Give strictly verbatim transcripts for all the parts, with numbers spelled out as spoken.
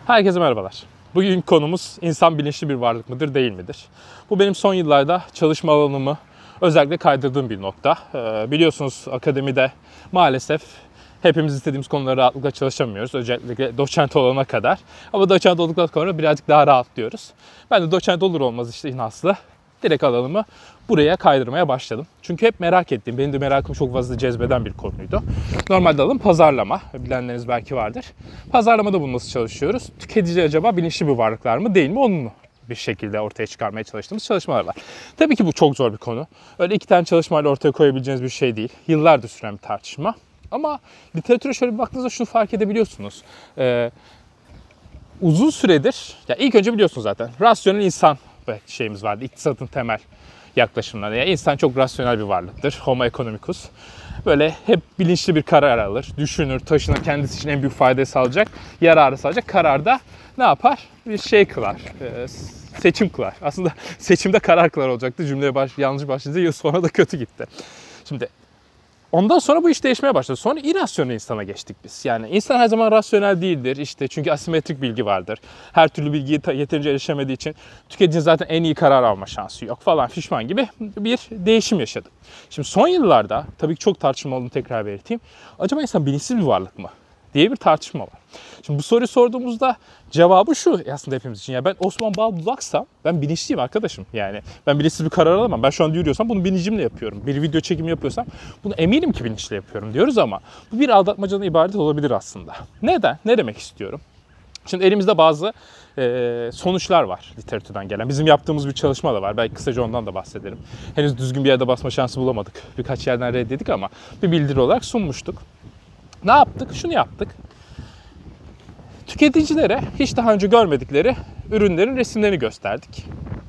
Herkese merhabalar. Bugün konumuz insan bilinçli bir varlık mıdır, değil midir? Bu benim son yıllarda çalışma alanımı özellikle kaydırdığım bir nokta. Ee, biliyorsunuz akademide maalesef hepimiz istediğimiz konuları rahatlıkla çalışamıyoruz. Özellikle doçent olana kadar. Ama doçent olduktan sonra birazcık daha rahatlıyoruz. Ben de doçent olur olmaz işte inaslı direkt alanımı buraya kaydırmaya başladım. Çünkü hep merak ettiğim, benim de merakımı çok fazla cezbeden bir konuydu. Normalde alanım pazarlama. Bilenleriniz belki vardır. Pazarlamada bunu nasıl çalışıyoruz? Tüketici acaba bilinçli bir varlıklar mı değil mi? Onu bir şekilde ortaya çıkarmaya çalıştığımız çalışmalar var. Tabii ki bu çok zor bir konu. Öyle iki tane çalışmayla ortaya koyabileceğiniz bir şey değil. Yıllardır süren bir tartışma. Ama literatüre şöyle bir baktığınızda şunu fark edebiliyorsunuz. Ee, uzun süredir, ya ilk önce biliyorsunuz zaten rasyonel insan şeyimiz vardı. İktisatın temel yaklaşımları. Yani insan çok rasyonel bir varlıktır. Homo economicus. Böyle hep bilinçli bir karar alır. Düşünür, taşına kendisi için en büyük faydayı sağlayacak, yararı sağlayacak kararda ne yapar? Bir şey kılar. E, seçim kılar. Aslında seçimde karar kılar olacaktı. Cümleye baş, yanlış başlayınca yıl sonra da kötü gitti. Şimdi ondan sonra bu iş değişmeye başladı. Sonra irrasyonel insana geçtik biz. Yani insan her zaman rasyonel değildir. İşte çünkü asimetrik bilgi vardır. Her türlü bilgiye yeterince erişemediği için tüketicinin zaten en iyi karar alma şansı yok falan fişman gibi bir değişim yaşadık. Şimdi son yıllarda tabii ki çok tartışma olduğunu tekrar belirteyim. Acaba insan bilinçsiz bir varlık mı diye bir tartışma var. Şimdi bu soruyu sorduğumuzda cevabı şu aslında hepimiz için. Ya ben Osman Bağdudaksam ben bilinçliyim arkadaşım. Yani ben bilinçsiz bir karar alamam. Ben şu anda yürüyorsam bunu bilincimle yapıyorum. Bir video çekimi yapıyorsam bunu eminim ki bilinçle yapıyorum diyoruz ama bu bir aldatmacadan ibaret olabilir aslında. Neden? Ne demek istiyorum? Şimdi elimizde bazı e, sonuçlar var literatürden gelen. Bizim yaptığımız bir çalışma da var. Belki kısaca ondan da bahsedelim. Henüz düzgün bir yerde basma şansı bulamadık. Birkaç yerden reddedik ama bir bildiri olarak sunmuştuk. Ne yaptık? Şunu yaptık. Tüketicilere hiç daha önce görmedikleri ürünlerin resimlerini gösterdik.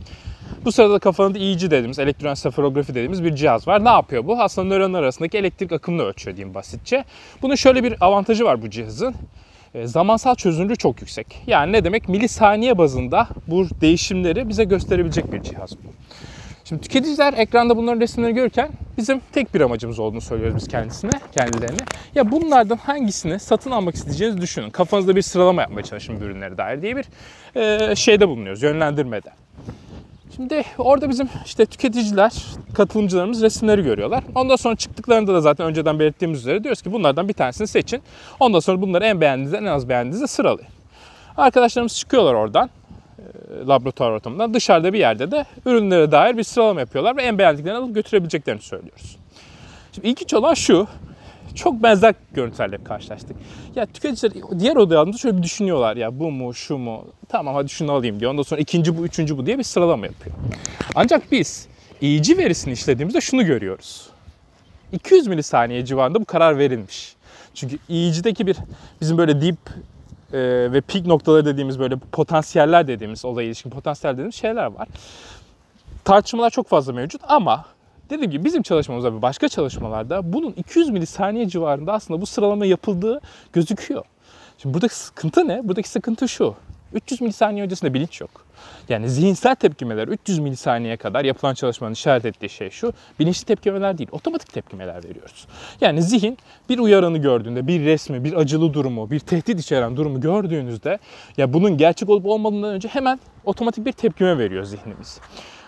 Bu sırada kafanında E E G dediğimiz, elektroensefalografi dediğimiz bir cihaz var. Ne yapıyor bu? Aslında nöronlar arasındaki elektrik akımını ölçüyor diyeyim basitçe. Bunun şöyle bir avantajı var bu cihazın. E, zamansal çözünürlüğü çok yüksek. Yani ne demek? Milisaniye bazında bu değişimleri bize gösterebilecek bir cihaz bu. Şimdi tüketiciler ekranda bunların resimlerini görürken bizim tek bir amacımız olduğunu söylüyoruz biz kendisine, kendilerine. Ya bunlardan hangisini satın almak isteyeceğinizi düşünün. Kafanızda bir sıralama yapmaya çalışın bu ürünlere dair diye bir e, şeyde bulunuyoruz, yönlendirmede. Şimdi orada bizim işte tüketiciler, katılımcılarımız resimleri görüyorlar. Ondan sonra çıktıklarında da zaten önceden belirttiğimiz üzere diyoruz ki bunlardan bir tanesini seçin. Ondan sonra bunları en beğendiğinizden en az beğendiğinizde sıralayın. Arkadaşlarımız çıkıyorlar oradan. Laboratuvar ortamından dışarıda bir yerde de ürünlere dair bir sıralama yapıyorlar ve en beğendiklerini alıp götürebileceklerini söylüyoruz. Şimdi ilginç olan şu, çok benzer görüntülerle karşılaştık. Ya tüketiciler diğer odalarında şöyle bir düşünüyorlar ya bu mu şu mu tamam hadi şunu alayım diyor. Ondan sonra ikinci bu üçüncü bu diye bir sıralama yapıyor. Ancak biz E E G verisini işlediğimizde şunu görüyoruz. iki yüz milisaniye civarında bu karar verilmiş. Çünkü E E G'deki bir bizim böyle deep Ee, ve peak noktaları dediğimiz böyle potansiyeller dediğimiz olaya ilişkin potansiyel dediğimiz şeyler var. Tartışmalar çok fazla mevcut ama dediğim gibi bizim çalışmamızda ve başka çalışmalarda bunun iki yüz milisaniye civarında aslında bu sıralama yapıldığı gözüküyor. Şimdi buradaki sıkıntı ne? Buradaki sıkıntı şu. üç yüz milisaniye öncesinde bilinç yok. Yani zihinsel tepkimeler üç yüz milisaniyeye kadar yapılan çalışmanın işaret ettiği şey şu. Bilinçli tepkimeler değil, otomatik tepkimeler veriyoruz. Yani zihin bir uyaranı gördüğünde, bir resmi, bir acılı durumu, bir tehdit içeren durumu gördüğünüzde ya bunun gerçek olup olmadığından önce hemen otomatik bir tepkime veriyor zihnimiz.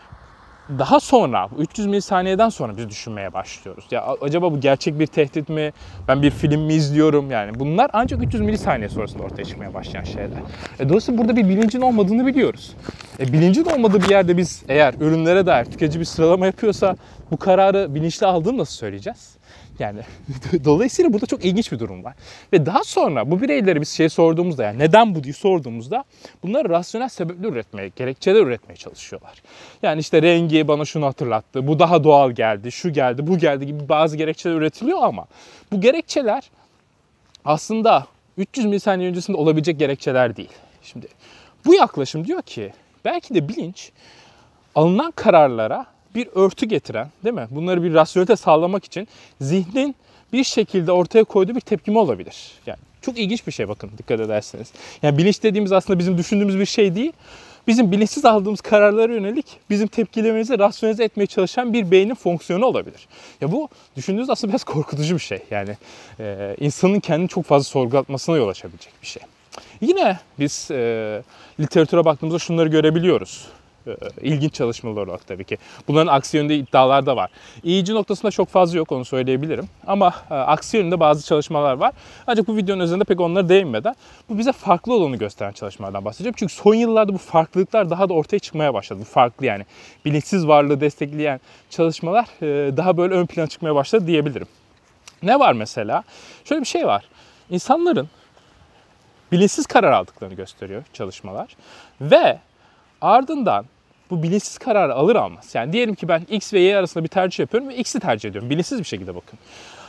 Daha sonra üç yüz milisaniyeden sonra biz düşünmeye başlıyoruz. Ya acaba bu gerçek bir tehdit mi? Ben bir film mi izliyorum? Yani bunlar ancak üç yüz milisaniye sonrasında ortaya çıkmaya başlayan şeyler. E dolayısıyla burada bir bilincin olmadığını biliyoruz. E bilincin olmadığı bir yerde biz eğer ürünlere dair tüketici bir sıralama yapıyorsa bu kararı bilinçli aldığını nasıl söyleyeceğiz? Yani dolayısıyla burada çok ilginç bir durum var. Ve daha sonra bu bireylere biz şey sorduğumuzda yani neden bu diye sorduğumuzda bunlar rasyonel sebepler üretmeye, gerekçeler üretmeye çalışıyorlar. Yani işte rengi bana şunu hatırlattı, bu daha doğal geldi, şu geldi, bu geldi gibi bazı gerekçeler üretiliyor ama bu gerekçeler aslında üç yüz milisaniye öncesinde olabilecek gerekçeler değil. Şimdi bu yaklaşım diyor ki belki de bilinç alınan kararlara bir örtü getiren, değil mi? Bunları bir rasyonelite sağlamak için zihnin bir şekilde ortaya koyduğu bir tepkime olabilir. Yani çok ilginç bir şey bakın dikkat ederseniz. Yani bilinç dediğimiz aslında bizim düşündüğümüz bir şey değil. Bizim bilinçsiz aldığımız kararlara yönelik bizim tepkilerimizi rasyonelize etmeye çalışan bir beynin fonksiyonu olabilir. Ya bu düşündüğünüz aslında biraz korkutucu bir şey. Yani e, insanın kendini çok fazla sorgulatmasına yol açabilecek bir şey. Yine biz e, literatüre baktığımızda şunları görebiliyoruz. E, ilginç çalışmalar olarak tabii ki. Bunların aksi yönde iddialar da var. E E G noktasında çok fazla yok, onu söyleyebilirim. Ama e, aksi yönde bazı çalışmalar var. Ancak bu videonun üzerinde pek onlara değinmeden bu bize farklı olanı gösteren çalışmalardan bahsedeceğim. Çünkü son yıllarda bu farklılıklar daha da ortaya çıkmaya başladı. Bu farklı yani bilinçsiz varlığı destekleyen çalışmalar e, daha böyle ön plana çıkmaya başladı diyebilirim. Ne var mesela? Şöyle bir şey var. İnsanların bilinçsiz karar aldıklarını gösteriyor çalışmalar. Ve ardından bu bilinçsiz kararı alır almaz. Yani diyelim ki ben X ve Y arasında bir tercih yapıyorum ve X'i tercih ediyorum. Bilinçsiz bir şekilde bakın.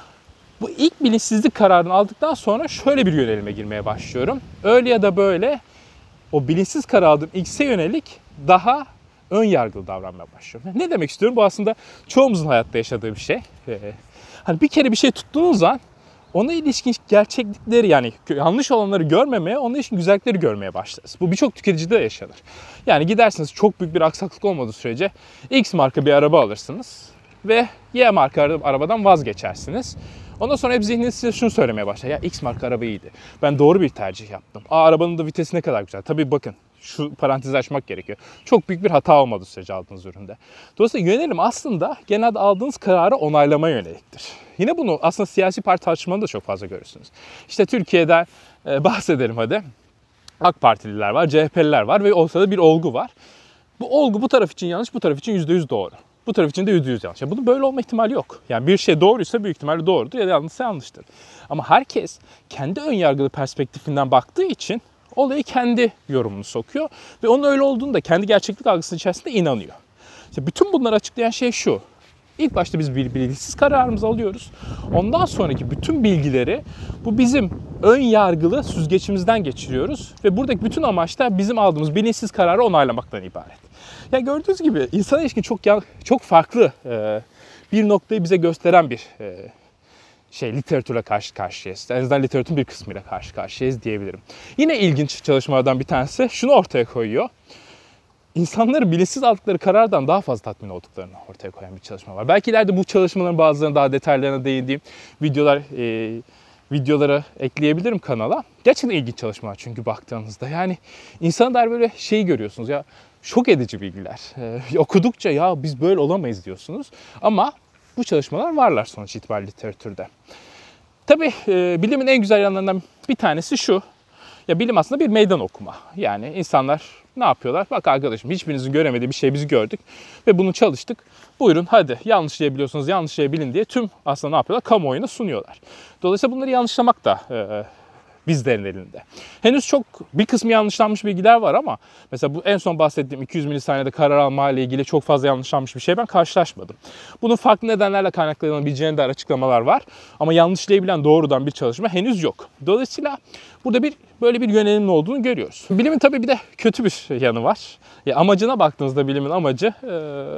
Bu ilk bilinçsizlik kararını aldıktan sonra şöyle bir yönelime girmeye başlıyorum. Öyle ya da böyle o bilinçsiz karar aldığım X'e yönelik daha ön yargılı davranmaya başlıyorum. Ne demek istiyorum? Bu aslında çoğumuzun hayatta yaşadığı bir şey. Ee, hani bir kere bir şey tuttuğunuz an ona ilişkin gerçeklikleri yani yanlış olanları görmemeye, ona ilişkin güzellikleri görmeye başlarız. Bu birçok tüketicide de yaşanır. Yani gidersiniz çok büyük bir aksaklık olmadığı sürece X marka bir araba alırsınız ve Y marka arabadan vazgeçersiniz. Ondan sonra hep zihniniz size şunu söylemeye başlar. Ya X marka araba iyiydi. Ben doğru bir tercih yaptım. Aa, arabanın da vitesi ne kadar güzel. Tabii bakın şu parantezi açmak gerekiyor. Çok büyük bir hata olmadığı sürece aldığınız üründe. Dolayısıyla yönelim aslında genelde aldığınız kararı onaylamaya yöneliktir. Yine bunu aslında siyasi parti tartışmalarında da çok fazla görürsünüz. İşte Türkiye'den e, bahsedelim hadi. AK Partililer var, C H P'liler var ve ortada bir olgu var. Bu olgu bu taraf için yanlış, bu taraf için yüzde yüz doğru. Bu taraf için de yüzde yüz yanlış. Yani bunun böyle olma ihtimali yok. Yani bir şey doğruysa büyük ihtimalle doğrudur ya da yanlışsa yanlıştır. Ama herkes kendi önyargılı perspektifinden baktığı için olayı kendi yorumunu sokuyor. Ve onun öyle olduğunu da kendi gerçeklik algısının içerisinde inanıyor. İşte bütün bunları açıklayan şey şu. İlk başta biz bir bilinçsiz kararımızı alıyoruz. Ondan sonraki bütün bilgileri bu bizim ön yargılı süzgeçimizden geçiriyoruz. Ve buradaki bütün amaç da bizim aldığımız bilinçsiz kararı onaylamaktan ibaret. Yani gördüğünüz gibi insana ilişkin çok çok farklı bir noktayı bize gösteren bir şey literatürle karşı karşıyayız. En azından literatürün bir kısmıyla karşı karşıyayız diyebilirim. Yine ilginç çalışmalardan bir tanesi şunu ortaya koyuyor. İnsanları bilinçsiz aldıkları karardan daha fazla tatmin olduklarını ortaya koyan bir çalışma var. Belki ileride bu çalışmaların bazılarının daha detaylarına değindiğim videolar e, videolara ekleyebilirim kanala. Gerçekten ilginç çalışmalar çünkü baktığınızda. Yani insana dair böyle şeyi görüyorsunuz ya, şok edici bilgiler. E, okudukça ya biz böyle olamayız diyorsunuz. Ama bu çalışmalar varlar sonuç itibariyle literatürde. Tabii e, bilimin en güzel yanlarından bir tanesi şu. Ya bilim aslında bir meydan okuma. Yani insanlar ne yapıyorlar? Bak arkadaşım hiçbirinizin göremediği bir şey biz gördük ve bunu çalıştık. Buyurun hadi yanlışlayabiliyorsunuz, yanlışlayabilin diye tüm aslında ne yapıyorlar? Kamuoyuna sunuyorlar. Dolayısıyla bunları yanlışlamak da e, bizlerin elinde. Henüz çok bir kısmı yanlışlanmış bilgiler var ama mesela bu en son bahsettiğim iki yüz milisaniyede karar alma ile ilgili çok fazla yanlışlanmış bir şey ben karşılaşmadım. Bunun farklı nedenlerle kaynaklanabileceğine dair açıklamalar var ama yanlışlayabilen doğrudan bir çalışma henüz yok. Dolayısıyla burada bir böyle bir yönelimin olduğunu görüyoruz. Bilimin tabii bir de kötü bir yanı var. Ya amacına baktığınızda bilimin amacı e,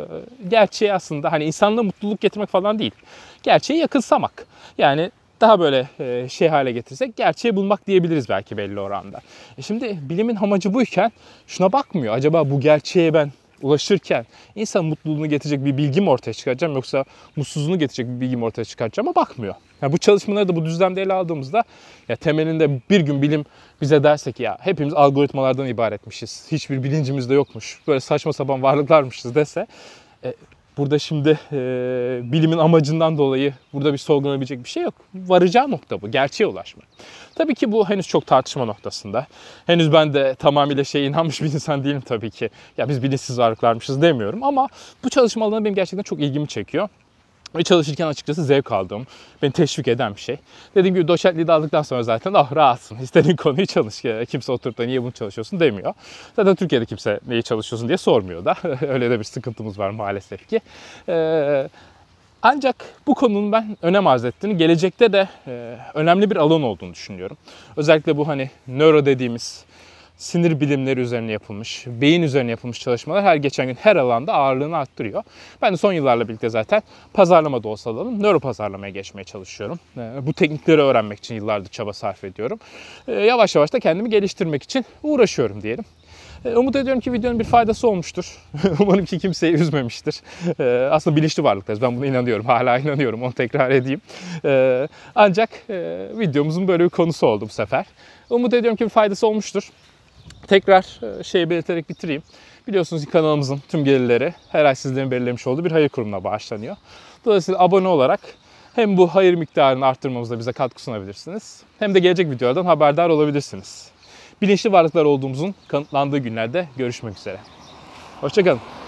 gerçeği aslında hani insanlığa mutluluk getirmek falan değil. Gerçeği yakınsamak. Yani daha böyle şey hale getirsek gerçeği bulmak diyebiliriz belki belli oranda. E şimdi bilimin amacı buyken şuna bakmıyor. Acaba bu gerçeğe ben ulaşırken insan mutluluğunu getirecek bir bilgi mi ortaya çıkaracağım yoksa mutsuzluğunu getirecek bir bilgi mi ortaya çıkaracağım ama bakmıyor. Yani bu çalışmaları da bu düzlemde ele aldığımızda ya temelinde bir gün bilim bize derse ki ya hepimiz algoritmalardan ibaretmişiz. Hiçbir bilincimiz de yokmuş. Böyle saçma sapan varlıklarmışız dese e, burada şimdi e, bilimin amacından dolayı burada bir sorgulanabilecek bir şey yok. Varacağı nokta bu. Gerçeğe ulaşmak. Tabii ki bu henüz çok tartışma noktasında. Henüz ben de tamamıyla şeye inanmış bir insan değilim tabii ki. Ya biz bilinçsiz varlıklarmışız demiyorum ama bu çalışma alanı benim gerçekten çok ilgimi çekiyor. Ve çalışırken açıkçası zevk aldığım, beni teşvik eden bir şey. Dediğim gibi doçentliği de aldıktan sonra zaten ah rahatsın, istediğin konuyu çalış. Kimse oturup da niye bunu çalışıyorsun demiyor. Zaten Türkiye'de kimse neyi çalışıyorsun diye sormuyor da. Öyle de bir sıkıntımız var maalesef ki. Ee, ancak bu konunun ben önem arz ettiğini, gelecekte de e, önemli bir alan olduğunu düşünüyorum. Özellikle bu hani nöro dediğimiz sinir bilimleri üzerine yapılmış, beyin üzerine yapılmış çalışmalar her geçen gün her alanda ağırlığını arttırıyor. Ben de son yıllarla birlikte zaten pazarlama da olsa alalım, nöro pazarlamaya geçmeye çalışıyorum. Bu teknikleri öğrenmek için yıllardır çaba sarf ediyorum. Yavaş yavaş da kendimi geliştirmek için uğraşıyorum diyelim. Umut ediyorum ki videonun bir faydası olmuştur. Umarım ki kimseyi üzmemiştir. Aslında bilinçli varlıklarız. Ben buna inanıyorum. Hala inanıyorum. Onu tekrar edeyim. Ancak videomuzun böyle bir konusu oldu bu sefer. Umut ediyorum ki bir faydası olmuştur. Tekrar şey belirterek bitireyim. Biliyorsunuz ki kanalımızın tüm gelirleri her ay sizlerin belirlemiş olduğu bir hayır kurumuna bağışlanıyor. Dolayısıyla abone olarak hem bu hayır miktarını arttırmamızda bize katkı sunabilirsiniz, hem de gelecek videolardan haberdar olabilirsiniz. Bilinçli varlıklar olduğumuzun kanıtlandığı günlerde görüşmek üzere. Hoşça kalın.